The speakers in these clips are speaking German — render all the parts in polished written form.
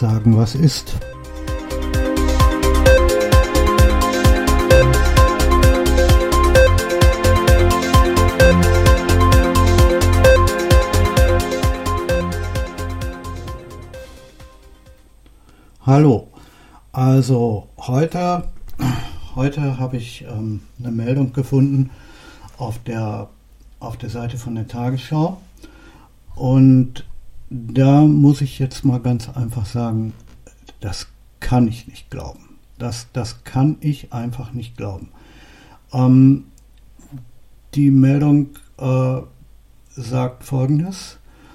Sagen, was ist. Hallo, also heute habe ich eine Meldung gefunden auf der Seite von der Tagesschau und da muss ich jetzt mal ganz einfach sagen, das kann ich nicht glauben. Das kann ich einfach nicht glauben. Die Meldung sagt Folgendes.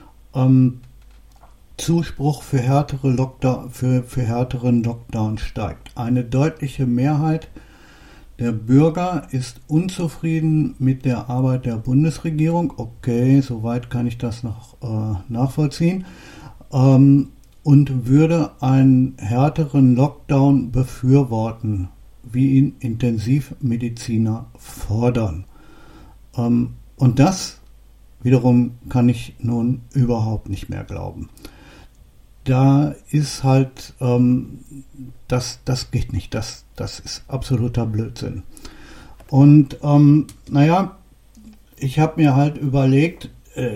Zuspruch für härteren Lockdown steigt. Eine deutliche Mehrheit der Bürger ist unzufrieden mit der Arbeit der Bundesregierung. Okay, soweit kann ich das noch nachvollziehen. Und würde einen härteren Lockdown befürworten, wie ihn Intensivmediziner fordern. Und das wiederum kann ich nun überhaupt nicht mehr glauben. Da ist halt, das geht nicht, das ist absoluter Blödsinn. Und ich habe mir halt überlegt,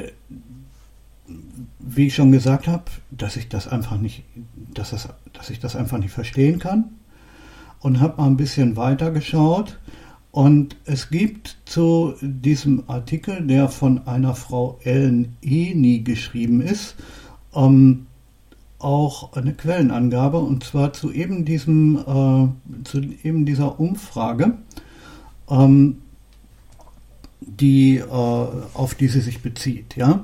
wie ich schon gesagt habe, dass ich das einfach nicht verstehen kann und habe mal ein bisschen weiter geschaut. Und es gibt zu diesem Artikel, der von einer Frau Ellen Eni geschrieben ist, auch eine Quellenangabe, und zwar zu eben dieser Umfrage, auf die sie sich bezieht. Ja?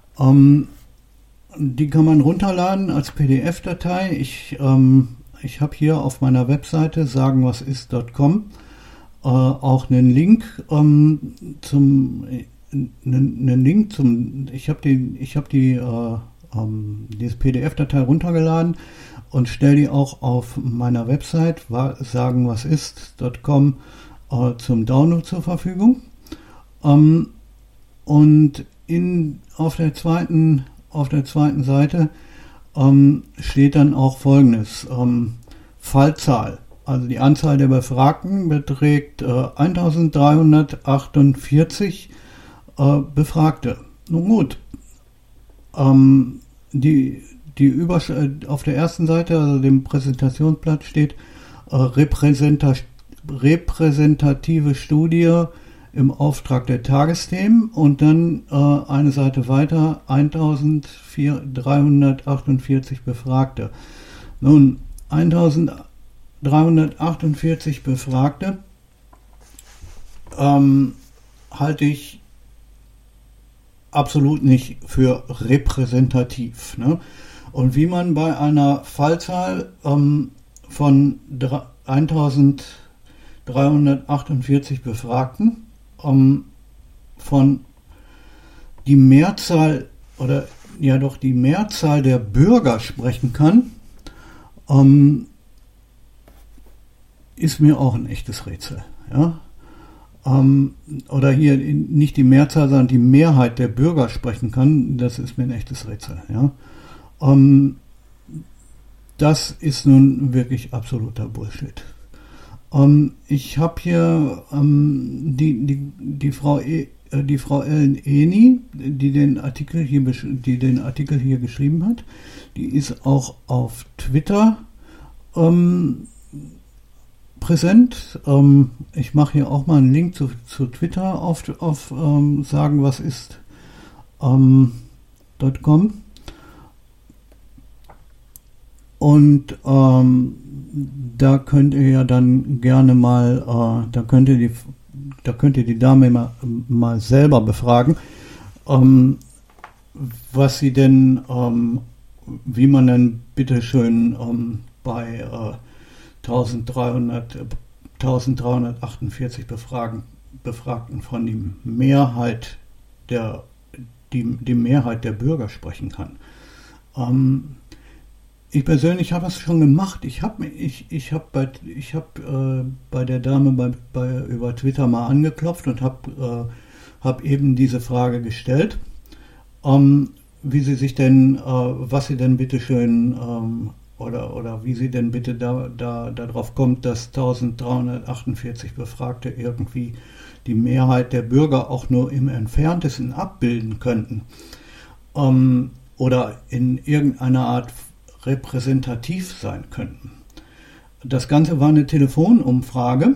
Die kann man runterladen als PDF-Datei. Ich habe hier auf meiner Webseite sagenwasist.com auch einen Link diese PDF-Datei runtergeladen und stelle die auch auf meiner Website sagenwasist.com zum Download zur Verfügung. Und auf der zweiten Seite steht dann auch Folgendes: Fallzahl. Also die Anzahl der Befragten beträgt 1348 Befragte. Nun gut. Auf der ersten Seite, also dem Präsentationsblatt, steht repräsentative Studie im Auftrag der Tagesthemen und dann eine Seite weiter 1348 Befragte. Nun, 1348 Befragte halte ich absolut nicht für repräsentativ. Ne? Und wie man bei einer Fallzahl von 1348 Befragten von die Mehrzahl der Bürger sprechen kann, ist mir auch ein echtes Rätsel. Ja? Oder hier nicht die Mehrzahl, sondern die Mehrheit der Bürger sprechen kann, das ist mir ein echtes Rätsel. Ja? Das ist nun wirklich absoluter Bullshit. Ich habe hier die Frau Ellen Eni, die den Artikel hier geschrieben hat. Die ist auch auf Twitter präsent. Ich mache hier auch mal einen Link zu Twitter auf sagenwasist.com. Und da könnt ihr ja dann gerne mal, da könnt ihr die Dame mal selber befragen, was sie denn, wie man denn bitteschön bei 1348 Befragten von die Mehrheit der Bürger sprechen kann. Ich persönlich habe es schon gemacht. Ich habe bei der Dame über Twitter mal angeklopft und habe eben diese Frage gestellt, wie sie sich denn, was sie denn bitteschön oder wie sie denn bitte darauf kommt, dass 1348 Befragte irgendwie die Mehrheit der Bürger auch nur im Entferntesten abbilden könnten oder in irgendeiner Art repräsentativ sein könnten. Das Ganze war eine Telefonumfrage,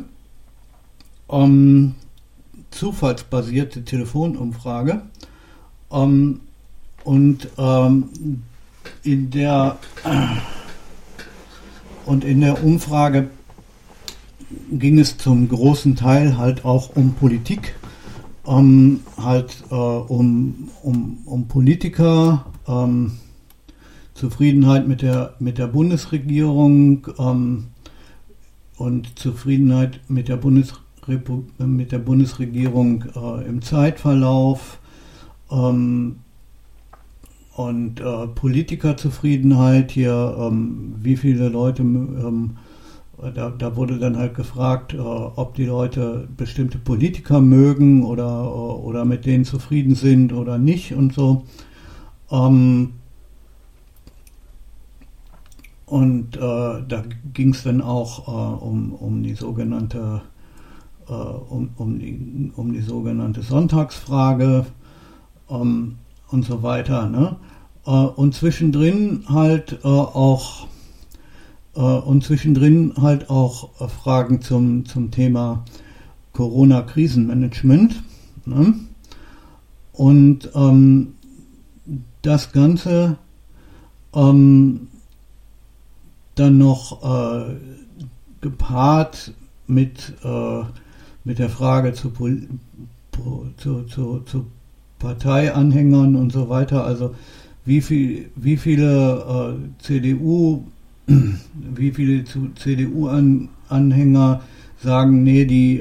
zufallsbasierte Telefonumfrage, und in der Umfrage ging es zum großen Teil halt auch um Politik, um Politiker, Zufriedenheit mit der Bundesregierung und Zufriedenheit mit der Bundesregierung im Zeitverlauf und Politikerzufriedenheit hier, wie viele Leute, da wurde dann halt gefragt, ob die Leute bestimmte Politiker mögen oder mit denen zufrieden sind oder nicht und so. Da ging es dann auch um die sogenannte um die sogenannte Sonntagsfrage und so weiter, ne? Und zwischendrin halt auch Fragen zum Thema Corona-Krisenmanagement, ne? Und das Ganze dann noch gepaart mit der Frage zu Parteianhängern und so weiter, also wie viele CDU-Anhänger sagen, nee,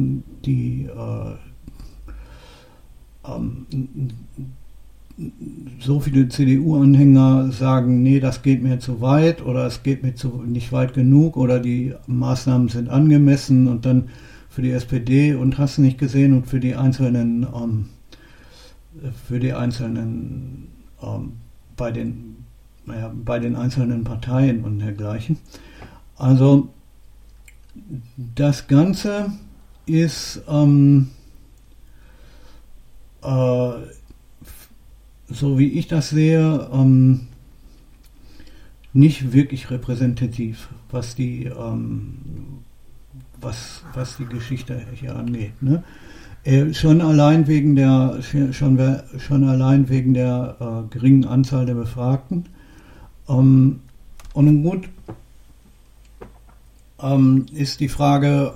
so viele CDU-Anhänger sagen, nee, das geht mir zu weit oder es geht mir nicht weit genug oder die Maßnahmen sind angemessen, und dann für die SPD und hast du nicht gesehen und für die einzelnen bei den einzelnen Parteien und dergleichen. Also das Ganze ist so wie ich das sehe, nicht wirklich repräsentativ, was die Geschichte hier angeht. Ne? Schon allein wegen der geringen Anzahl der Befragten. Und gut ist die Frage,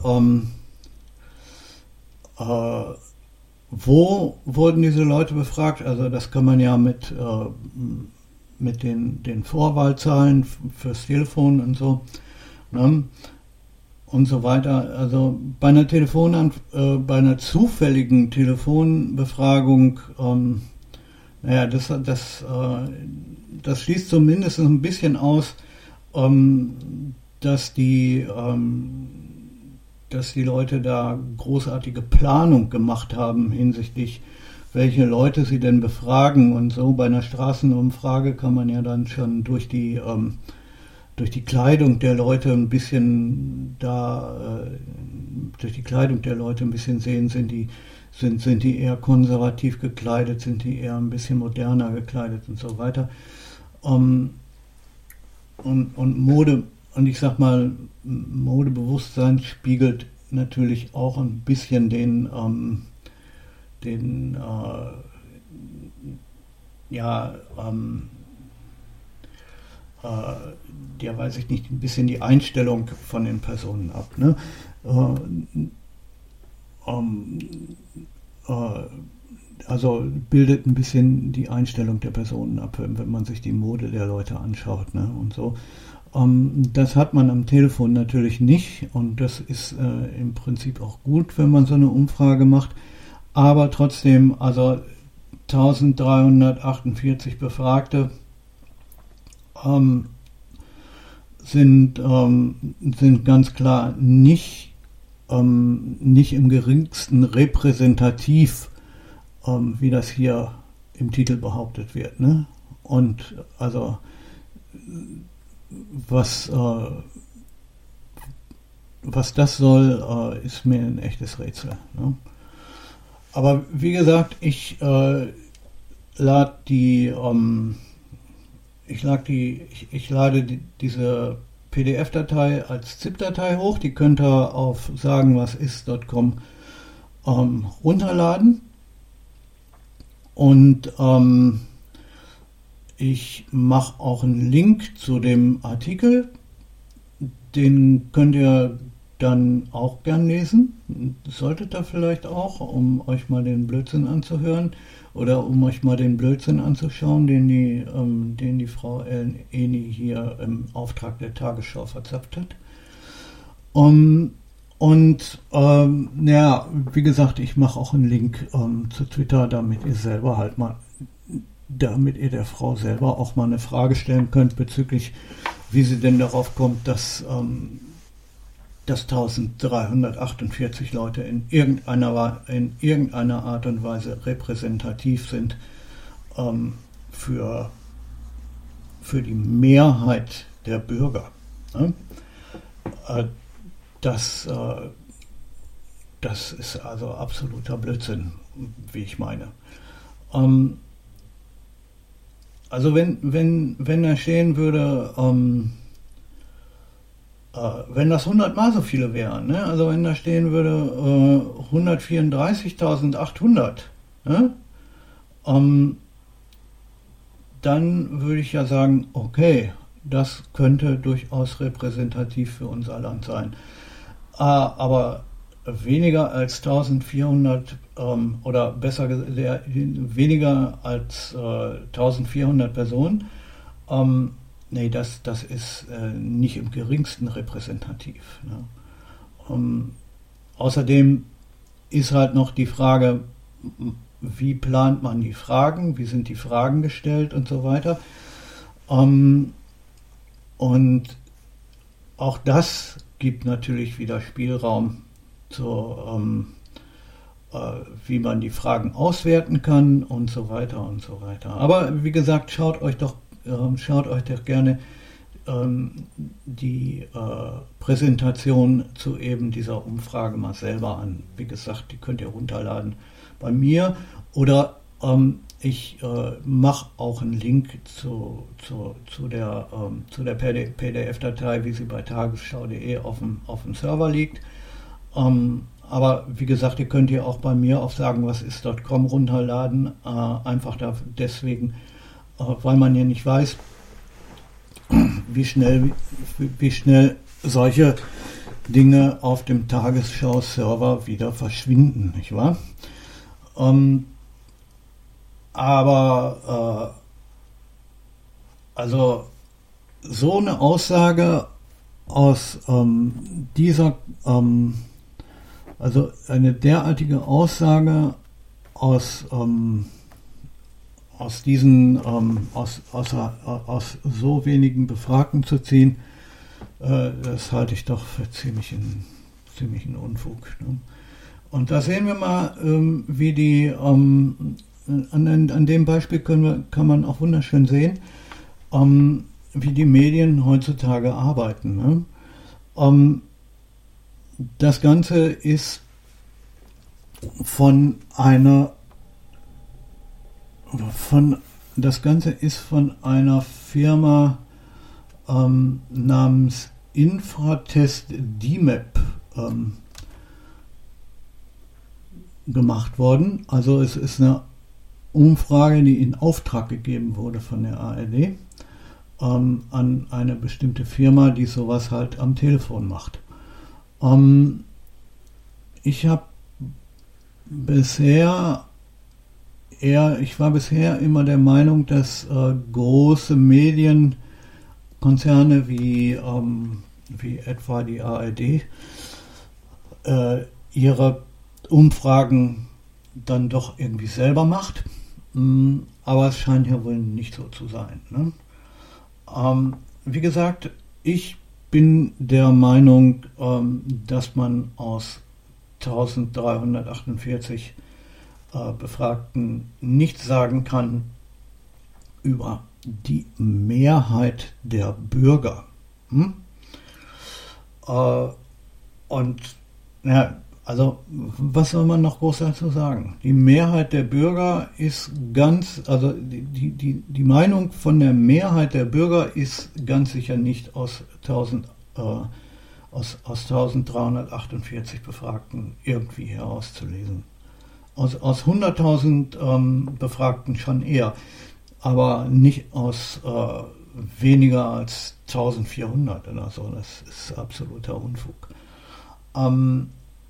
wo wurden diese Leute befragt? Also das kann man ja mit den Vorwahlzahlen fürs Telefon und so, ne? Und so weiter. Also bei einer zufälligen Telefonbefragung, das schließt zumindest ein bisschen aus, dass die Leute da großartige Planung gemacht haben hinsichtlich, welche Leute sie denn befragen und so. Bei einer Straßenumfrage kann man ja dann schon durch die Kleidung der Leute ein bisschen sehen, sind die eher konservativ gekleidet, sind die eher ein bisschen moderner gekleidet und so weiter. Und Mode, und ich sag mal, Modebewusstsein spiegelt natürlich auch ein bisschen weiß ich nicht, ein bisschen die Einstellung von den Personen ab. Ne? Also bildet ein bisschen die Einstellung der Personen ab, wenn man sich die Mode der Leute anschaut, ne? Und so. Das hat man am Telefon natürlich nicht, und das ist im Prinzip auch gut, wenn man so eine Umfrage macht. Aber trotzdem, also 1348 Befragte sind ganz klar nicht im geringsten repräsentativ, wie das hier im Titel behauptet wird. Ne? Und also was, was das soll, ist mir ein echtes Rätsel. Ne? Aber wie gesagt, ich lade diese PDF-Datei als ZIP-Datei hoch. Die könnt ihr auf sagenwasist.com runterladen. Und ich mache auch einen Link zu dem Artikel. Den könnt ihr dann auch gern lesen. Das solltet ihr vielleicht auch, um euch mal den Blödsinn anzuhören oder um euch mal den Blödsinn anzuschauen, den die Frau Eni hier im Auftrag der Tagesschau verzapft hat. Ja, wie gesagt, ich mache auch einen Link zu Twitter, damit ihr der Frau selber auch mal eine Frage stellen könnt bezüglich, wie sie denn darauf kommt, dass 1348 Leute in irgendeiner Art und Weise repräsentativ sind für die Mehrheit der Bürger. Ne? Das ist also absoluter Blödsinn, wie ich meine. Also wenn da stehen würde, wenn das 100 Mal so viele wären, ne? Also wenn da stehen würde 134.800, ne? Dann würde ich ja sagen, okay, das könnte durchaus repräsentativ für unser Land sein. Aber weniger als 1400 oder besser gesagt, weniger als 1400 Personen, nee, das ist nicht im geringsten repräsentativ. Ne? Außerdem ist halt noch die Frage, wie plant man die Fragen, wie sind die Fragen gestellt und so weiter. Und auch das gibt natürlich wieder Spielraum wie man die Fragen auswerten kann und so weiter und so weiter. Aber wie gesagt, schaut euch doch gerne die Präsentation zu eben dieser Umfrage mal selber an. Wie gesagt, die könnt ihr runterladen bei mir oder ich mache auch einen Link zu der PDF-Datei, wie sie bei tagesschau.de auf dem Server liegt. Aber wie gesagt, ihr könnt ihr auch bei mir auf sagenwasist.com runterladen, einfach deswegen, weil man ja nicht weiß, wie schnell solche Dinge auf dem Tagesschau-Server wieder verschwinden, nicht wahr? Also so eine Aussage aus also eine derartige Aussage aus so wenigen Befragten zu ziehen, das halte ich doch für ziemlichen Unfug. Ne? Und da sehen wir mal, wie die an dem Beispiel kann man auch wunderschön sehen, wie die Medien heutzutage arbeiten. Ne? Das Ganze ist von einer Firma namens Infratest DMAP gemacht worden. Also es ist eine Umfrage, die in Auftrag gegeben wurde von der ARD an eine bestimmte Firma, die sowas halt am Telefon macht. Ich war bisher immer der Meinung, dass große Medienkonzerne wie etwa die ARD ihre Umfragen dann doch irgendwie selber macht. Aber es scheint ja wohl nicht so zu sein. Ne? Wie gesagt, ich bin der Meinung, dass man aus 1348 Befragten nichts sagen kann über die Mehrheit der Bürger. Und ja, also was soll man noch groß dazu sagen? Die Mehrheit der Bürger ist also die Meinung von der Mehrheit der Bürger ist ganz sicher nicht aus 1348 Befragten irgendwie herauszulesen. Aus 100.000 Befragten schon eher, aber nicht aus weniger als 1400 oder so. Das ist absoluter Unfug. Und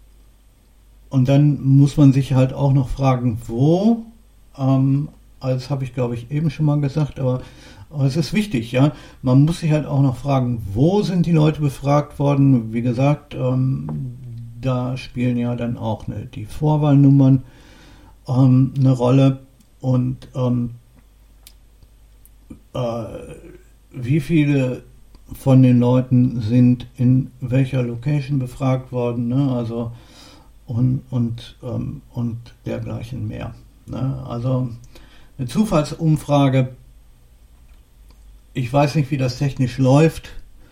dann muss man sich halt auch noch fragen, wo. Also das habe ich, glaube ich, eben schon mal gesagt, aber es ist wichtig, ja. Man muss sich halt auch noch fragen, wo sind die Leute befragt worden. Wie gesagt, da spielen ja dann auch die Vorwahlnummern eine Rolle. Und wie viele von den Leuten sind in welcher Location befragt worden, ne? Also und dergleichen mehr. Ne? Also eine Zufallsumfrage, ich weiß nicht, wie das technisch läuft,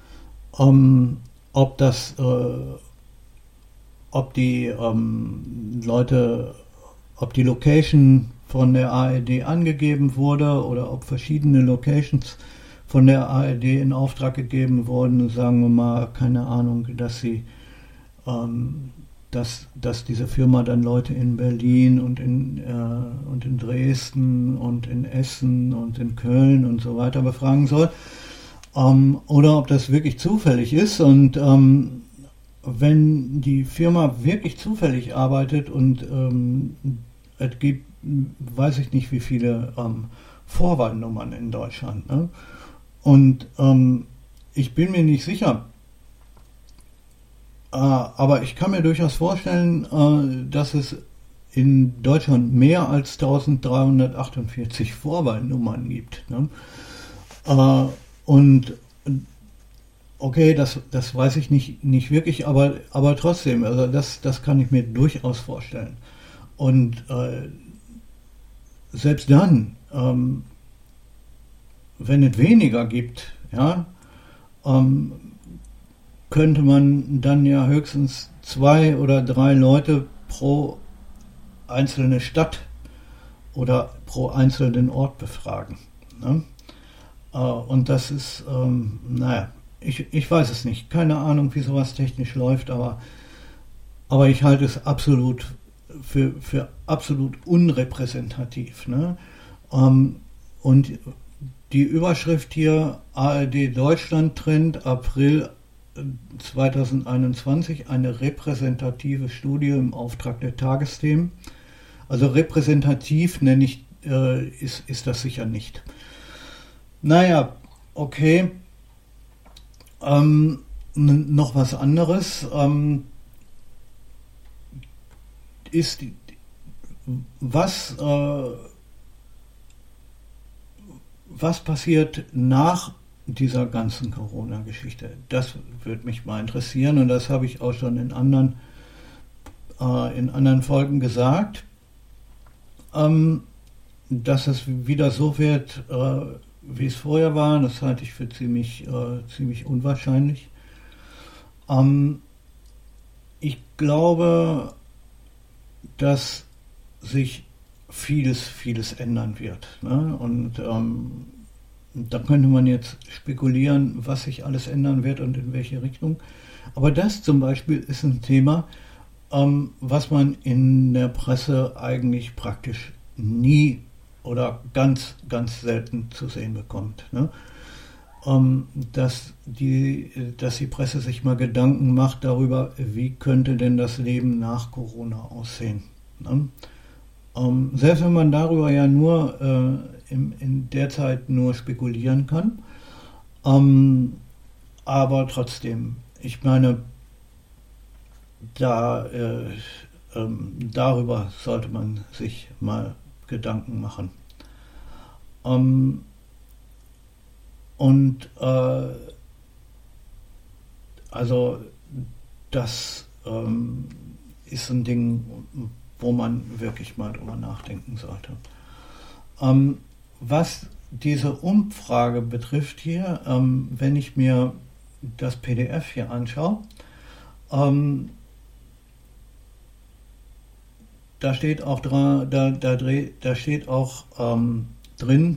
ob die Leute, ob die Location von der ARD angegeben wurde oder ob verschiedene Locations von der ARD in Auftrag gegeben wurden, sagen wir mal, keine Ahnung, dass diese Firma dann Leute in Berlin und in Dresden und in Essen und in Köln und so weiter befragen soll, oder ob das wirklich zufällig ist. Und wenn die Firma wirklich zufällig arbeitet und es gibt, weiß ich nicht, wie viele Vorwahlnummern in Deutschland, ne? Und ich bin mir nicht sicher, aber ich kann mir durchaus vorstellen, dass es in Deutschland mehr als 1348 Vorwahlnummern gibt. Ne? Und okay, das weiß ich nicht wirklich, aber trotzdem, also das kann ich mir durchaus vorstellen. Und selbst dann, wenn es weniger gibt, ja, könnte man dann ja höchstens 2 oder 3 Leute pro einzelne Stadt oder pro einzelnen Ort befragen. Ne? Und das ist, ich weiß es nicht. Keine Ahnung, wie sowas technisch läuft, aber ich halte es absolut für absolut unrepräsentativ. Ne? Und die Überschrift hier, ARD Deutschland Trend April 2021, eine repräsentative Studie im Auftrag der Tagesthemen. Also repräsentativ nenne ich, ist das sicher nicht. Naja, okay. Noch was anderes ist, was passiert nach dieser ganzen Corona-Geschichte? Das würde mich mal interessieren, und das habe ich auch schon in anderen Folgen gesagt, dass es wieder so wird, wie es vorher war. Das halte ich für ziemlich unwahrscheinlich. Ich glaube, dass sich vieles ändern wird. Ne? Und da könnte man jetzt spekulieren, was sich alles ändern wird und in welche Richtung. Aber das zum Beispiel ist ein Thema, was man in der Presse eigentlich praktisch nie oder ganz selten zu sehen bekommt. Ne? Dass die Presse sich mal Gedanken macht darüber, wie könnte denn das Leben nach Corona aussehen. Ne? Selbst wenn man darüber ja nur in der Zeit nur spekulieren kann, aber trotzdem, ich meine, darüber sollte man sich mal Gedanken machen. Also das ist ein Ding, wo man wirklich mal drüber nachdenken sollte. Was diese Umfrage betrifft hier, wenn ich mir das PDF hier anschaue, ähm, da steht auch da steht auch drin,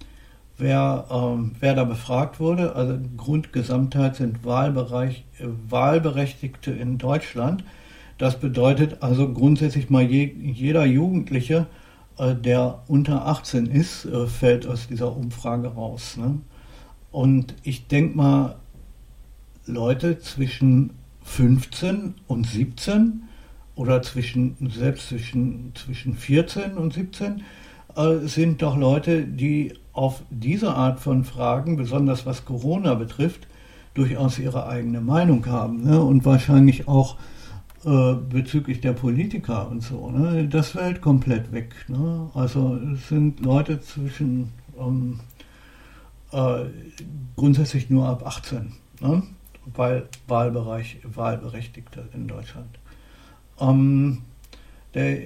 wer da befragt wurde. Also Grundgesamtheit sind Wahlberechtigte in Deutschland. Das bedeutet also grundsätzlich mal jeder Jugendliche, der unter 18 ist, fällt aus dieser Umfrage raus. Ne? Und ich denke mal, Leute zwischen 15 und 17 oder zwischen 14 und 17 sind doch Leute, die auf diese Art von Fragen, besonders was Corona betrifft, durchaus ihre eigene Meinung haben. Ne? Und wahrscheinlich auch bezüglich der Politiker und so. Ne? Das fällt komplett weg. Ne? Also es sind Leute zwischen äh, grundsätzlich nur ab 18, ne? Weil Wahlberechtigte in Deutschland. Ähm, der,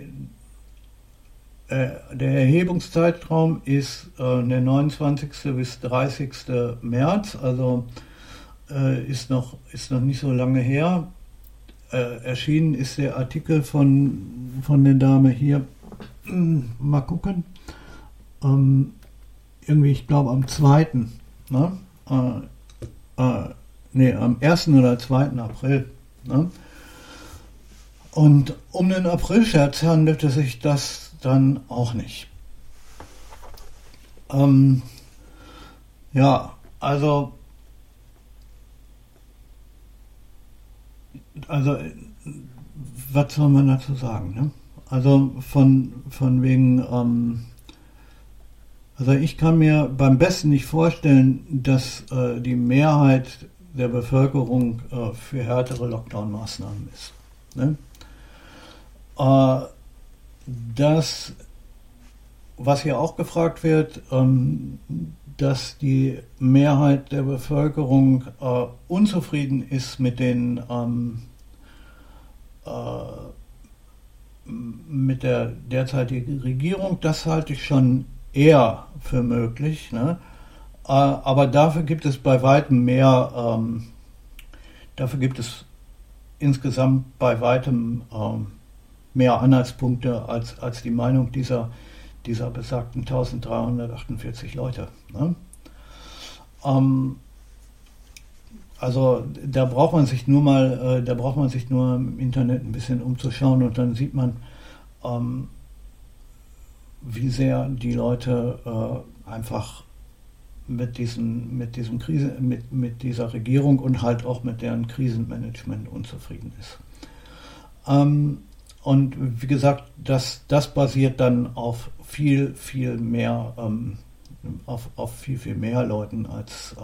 der Erhebungszeitraum ist der 29. bis 30. März, also ist noch nicht so lange her. Erschienen ist der Artikel von der Dame hier. Mal gucken. Irgendwie, ich glaube, am 2. Ne? Am 1. oder 2. April. Ne? Und um den Aprilscherz handelte sich das dann auch nicht. Ja, also was soll man dazu sagen? Ne? Also von wegen, also ich kann mir beim besten nicht vorstellen, dass die Mehrheit der Bevölkerung für härtere Lockdown-Maßnahmen ist. Ne? Das, was hier auch gefragt wird, dass die Mehrheit der Bevölkerung unzufrieden ist mit der derzeitigen Regierung, das halte ich schon eher für möglich. Ne? Aber dafür gibt es bei weitem mehr, dafür gibt es insgesamt bei weitem mehr Anhaltspunkte als die Meinung dieser besagten 1348 Leute. Ne? Also da braucht man sich nur im Internet ein bisschen umzuschauen und dann sieht man, wie sehr die Leute einfach mit dieser Regierung und halt auch mit deren Krisenmanagement unzufrieden ist. Und wie gesagt, das basiert dann auf viel mehr, auf viel mehr Leuten als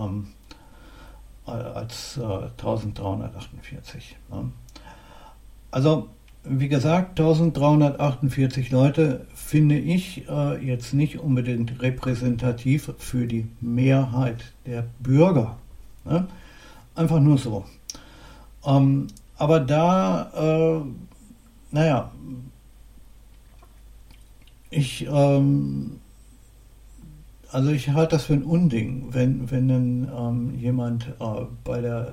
1348. Ne? Also, wie gesagt, 1348 Leute finde ich jetzt nicht unbedingt repräsentativ für die Mehrheit der Bürger. Ne? Einfach nur so. Aber da, naja, also ich halte das für ein Unding, wenn dann jemand bei der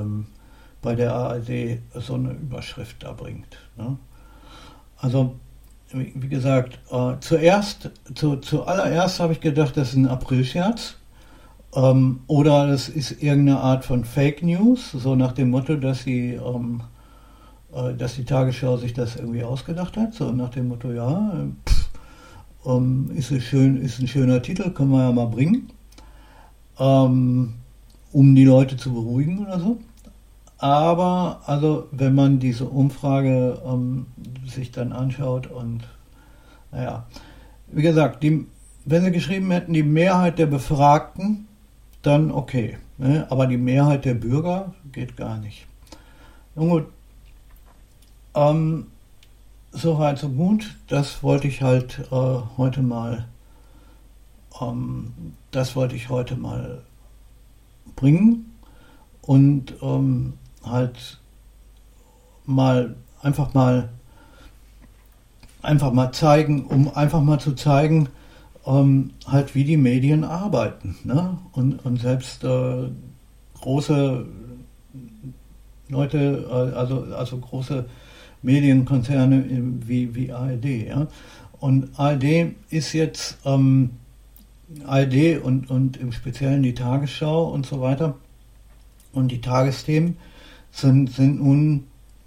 ARD so eine Überschrift da bringt. Ne? Also wie gesagt, zuallererst habe ich gedacht, das ist ein Aprilscherz oder das ist irgendeine Art von Fake News, so nach dem Motto, dass die Tagesschau sich das irgendwie ausgedacht hat, so nach dem Motto, ja, ist ein schöner Titel, können wir ja mal bringen, um die Leute zu beruhigen oder so. Aber also wenn man diese Umfrage sich dann anschaut und naja, wie gesagt, wenn sie geschrieben hätten, die Mehrheit der Befragten, dann okay. Ne? Aber die Mehrheit der Bürger geht gar nicht. Nun gut, soweit so gut. Das wollte ich halt heute mal bringen und halt einfach mal zeigen, um einfach mal zu zeigen, halt wie die Medien arbeiten. Ne? Und selbst große Leute, also große Medienkonzerne wie ARD. Ja? Und ARD ist jetzt ARD und im Speziellen die Tagesschau und so weiter. Und die Tagesthemen sind nun,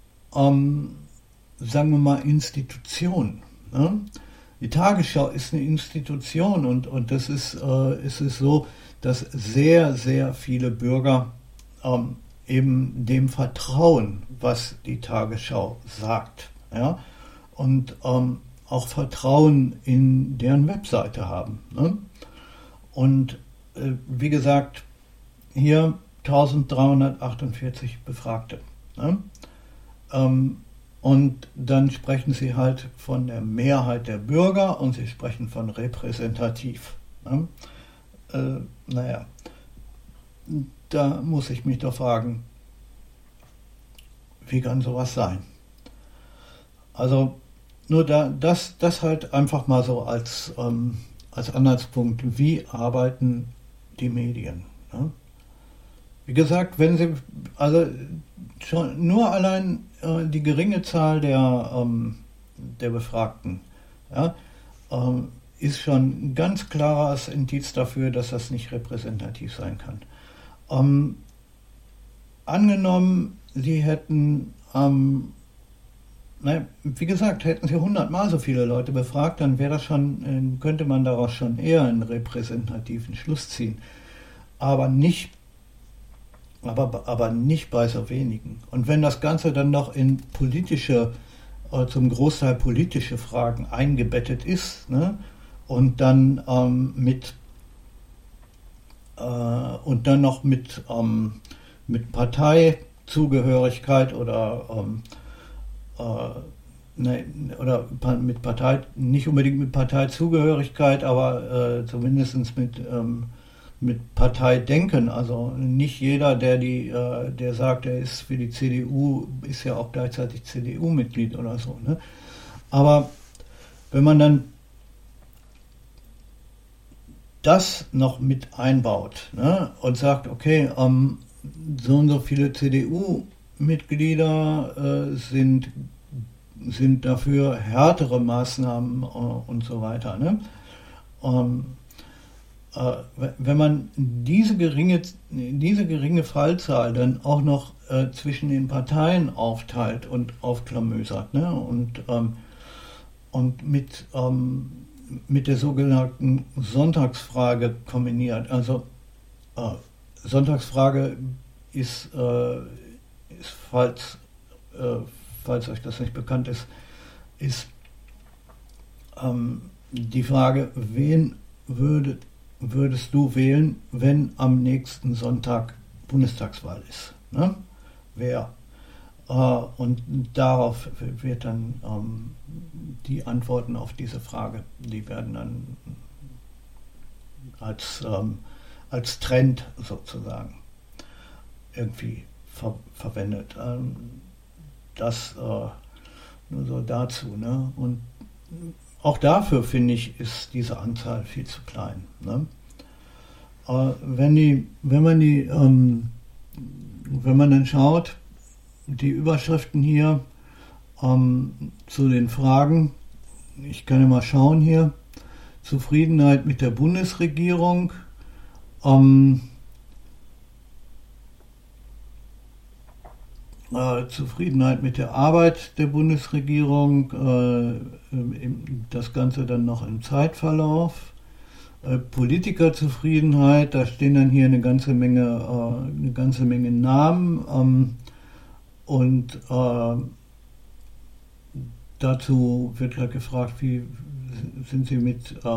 sagen wir mal, Institutionen. Ne? Die Tagesschau ist eine Institution und das ist, es ist so, dass sehr, sehr viele Bürger eben dem vertrauen, was die Tagesschau sagt. Ja? Und auch Vertrauen in deren Webseite haben. Ne? Und wie gesagt, hier 1348 Befragte. Ne? Und dann sprechen sie halt von der Mehrheit der Bürger und sie sprechen von repräsentativ. Ne? Naja, da muss ich mich doch fragen, wie kann sowas sein? Also nur das halt einfach mal so als Anhaltspunkt, wie arbeiten die Medien. Ne? Wie gesagt, wenn sie, also schon nur allein die geringe Zahl der Befragten, ja, ist schon ein ganz klares Indiz dafür, dass das nicht repräsentativ sein kann. Angenommen, sie hätten, wie gesagt, hätten sie 100-mal so viele Leute befragt, dann wäre das schon, könnte man daraus schon eher einen repräsentativen Schluss ziehen. Aber nicht bei so wenigen. Und wenn das Ganze dann noch in zum Großteil politische Fragen eingebettet ist, ne, und dann noch mit Parteizugehörigkeit oder mit Partei, nicht unbedingt mit Parteizugehörigkeit, aber zumindest mit Parteidenken. Also nicht jeder, der sagt, er ist für die CDU, ist ja auch gleichzeitig CDU-Mitglied oder so. Ne? Aber wenn man dann das noch mit einbaut, ne, und sagt, okay, so und so viele CDU-Mitglieder sind dafür härtere Maßnahmen und so weiter. Ne? Wenn man diese geringe Fallzahl dann auch noch zwischen den Parteien aufteilt und aufklamüsert, ne, und mit der sogenannten Sonntagsfrage kombiniert. Also Sonntagsfrage ist falls euch das nicht bekannt ist die Frage, wen würdest du wählen, wenn am nächsten Sonntag Bundestagswahl ist? Ne? Wer? Und darauf wird dann die Antworten auf diese Frage, die werden dann als Trend sozusagen irgendwie verwendet. Das nur so dazu. Ne? Und auch dafür, finde ich, ist diese Anzahl viel zu klein. Ne? Wenn man dann schaut, die Überschriften hier zu den Fragen, ich kann ja mal schauen hier, Zufriedenheit mit der Bundesregierung, Zufriedenheit mit der Arbeit der Bundesregierung, das Ganze dann noch im Zeitverlauf, Politikerzufriedenheit, da stehen dann hier eine ganze Menge Namen, und dazu wird halt gefragt, wie sind Sie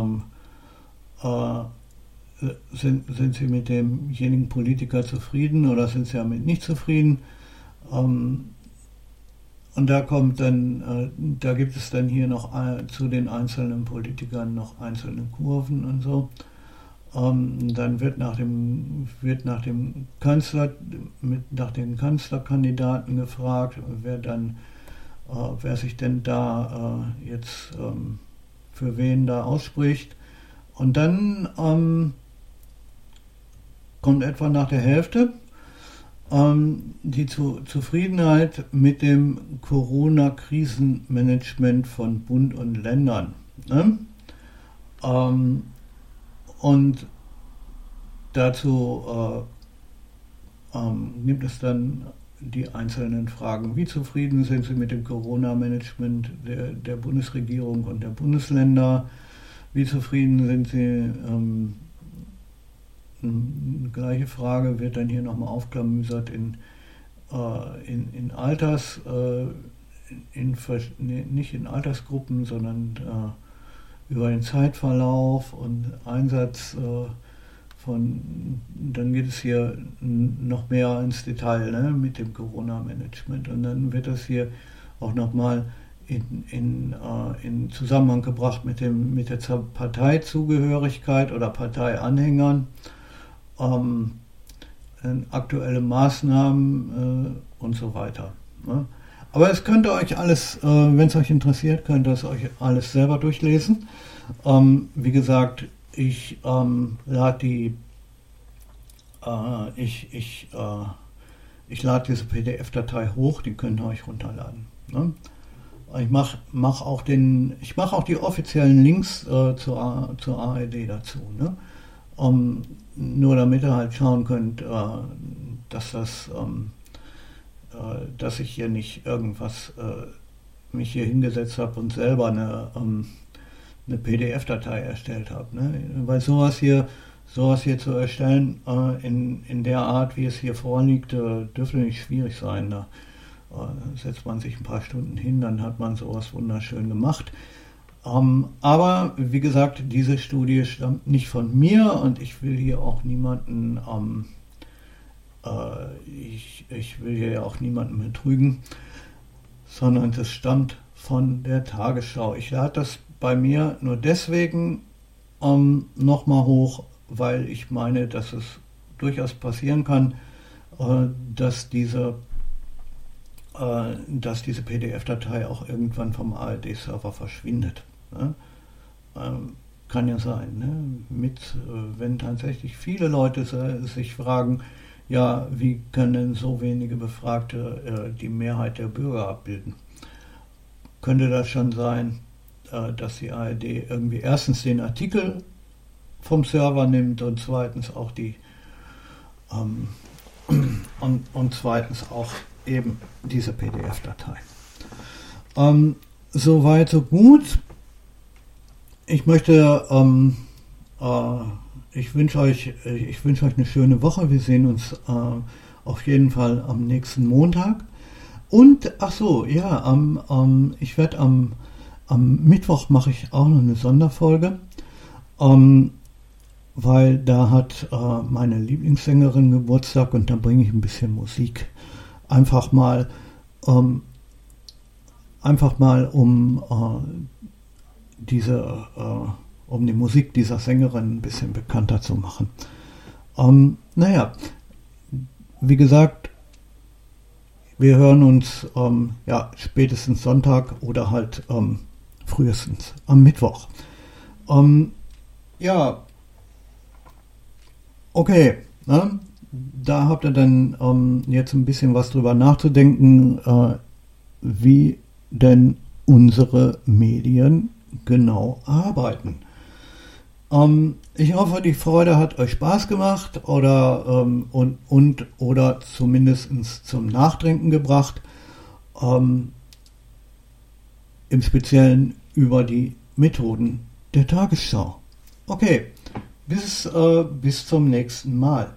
sind Sie mit demjenigen Politiker zufrieden oder sind Sie damit nicht zufrieden? Und da kommt dann, da gibt es dann hier noch zu den einzelnen Politikern noch einzelne Kurven und so. Dann wird nach den Kanzlerkandidaten gefragt, wer sich denn da jetzt für wen da ausspricht. Und dann kommt etwa nach der Hälfte die Zufriedenheit mit dem Corona-Krisenmanagement von Bund und Ländern. Ne? Und dazu gibt es dann die einzelnen Fragen. Wie zufrieden sind Sie mit dem Corona-Management der Bundesregierung und der Bundesländer? Wie zufrieden sind Sie? Gleiche Frage wird dann hier nochmal aufklamüsert in Alters, nicht in Altersgruppen, sondern über den Zeitverlauf und Einsatz dann geht es hier noch mehr ins Detail, ne, mit dem Corona-Management. Und dann wird das hier auch nochmal in Zusammenhang gebracht mit der Parteizugehörigkeit oder Parteianhängern, aktuelle Maßnahmen und so weiter. Ne. Aber es könnt ihr euch alles, wenn es euch interessiert, könnt ihr es euch alles selber durchlesen. Wie gesagt, ich lade diese PDF-Datei hoch, die könnt ihr euch runterladen. Ne? Ich mach auch die offiziellen Links zur ARD dazu. Ne? Nur damit ihr halt schauen könnt, dass ich hier nicht irgendwas mich hier hingesetzt habe und selber eine PDF-Datei erstellt habe. Ne? Weil sowas hier zu erstellen, in der Art, wie es hier vorliegt, dürfte nicht schwierig sein. Da setzt man sich ein paar Stunden hin, dann hat man sowas wunderschön gemacht. Aber wie gesagt, diese Studie stammt nicht von mir und ich will hier auch niemanden ich will hier auch niemanden betrügen, sondern das stammt von der Tagesschau. Ich lade das bei mir nur deswegen nochmal hoch, weil ich meine, dass es durchaus passieren kann, dass diese PDF-Datei auch irgendwann vom ARD-Server verschwindet. Ne? Kann ja sein. Ne? Wenn tatsächlich viele Leute sich fragen, ja, wie können so wenige Befragte die Mehrheit der Bürger abbilden? Könnte das schon sein, dass die ARD irgendwie erstens den Artikel vom Server nimmt und zweitens auch und zweitens auch eben diese PDF-Datei. Soweit, so gut. Ich möchte, ich wünsche euch eine schöne Woche. Wir sehen uns auf jeden Fall am nächsten Montag. Und, ach so, ja, ich werde am Mittwoch mache ich auch noch eine Sonderfolge, weil da hat meine Lieblingssängerin Geburtstag und da bringe ich ein bisschen Musik. Einfach mal um die Musik dieser Sängerin ein bisschen bekannter zu machen. Naja, wie gesagt, wir hören uns spätestens Sonntag oder halt frühestens am Mittwoch. Okay, ne? Da habt ihr dann jetzt ein bisschen was drüber nachzudenken, wie denn unsere Medien genau arbeiten. Ich hoffe, die Freude hat euch Spaß gemacht oder zumindest zum Nachdenken gebracht, im Speziellen über die Methoden der Tagesschau. Okay, bis zum nächsten Mal.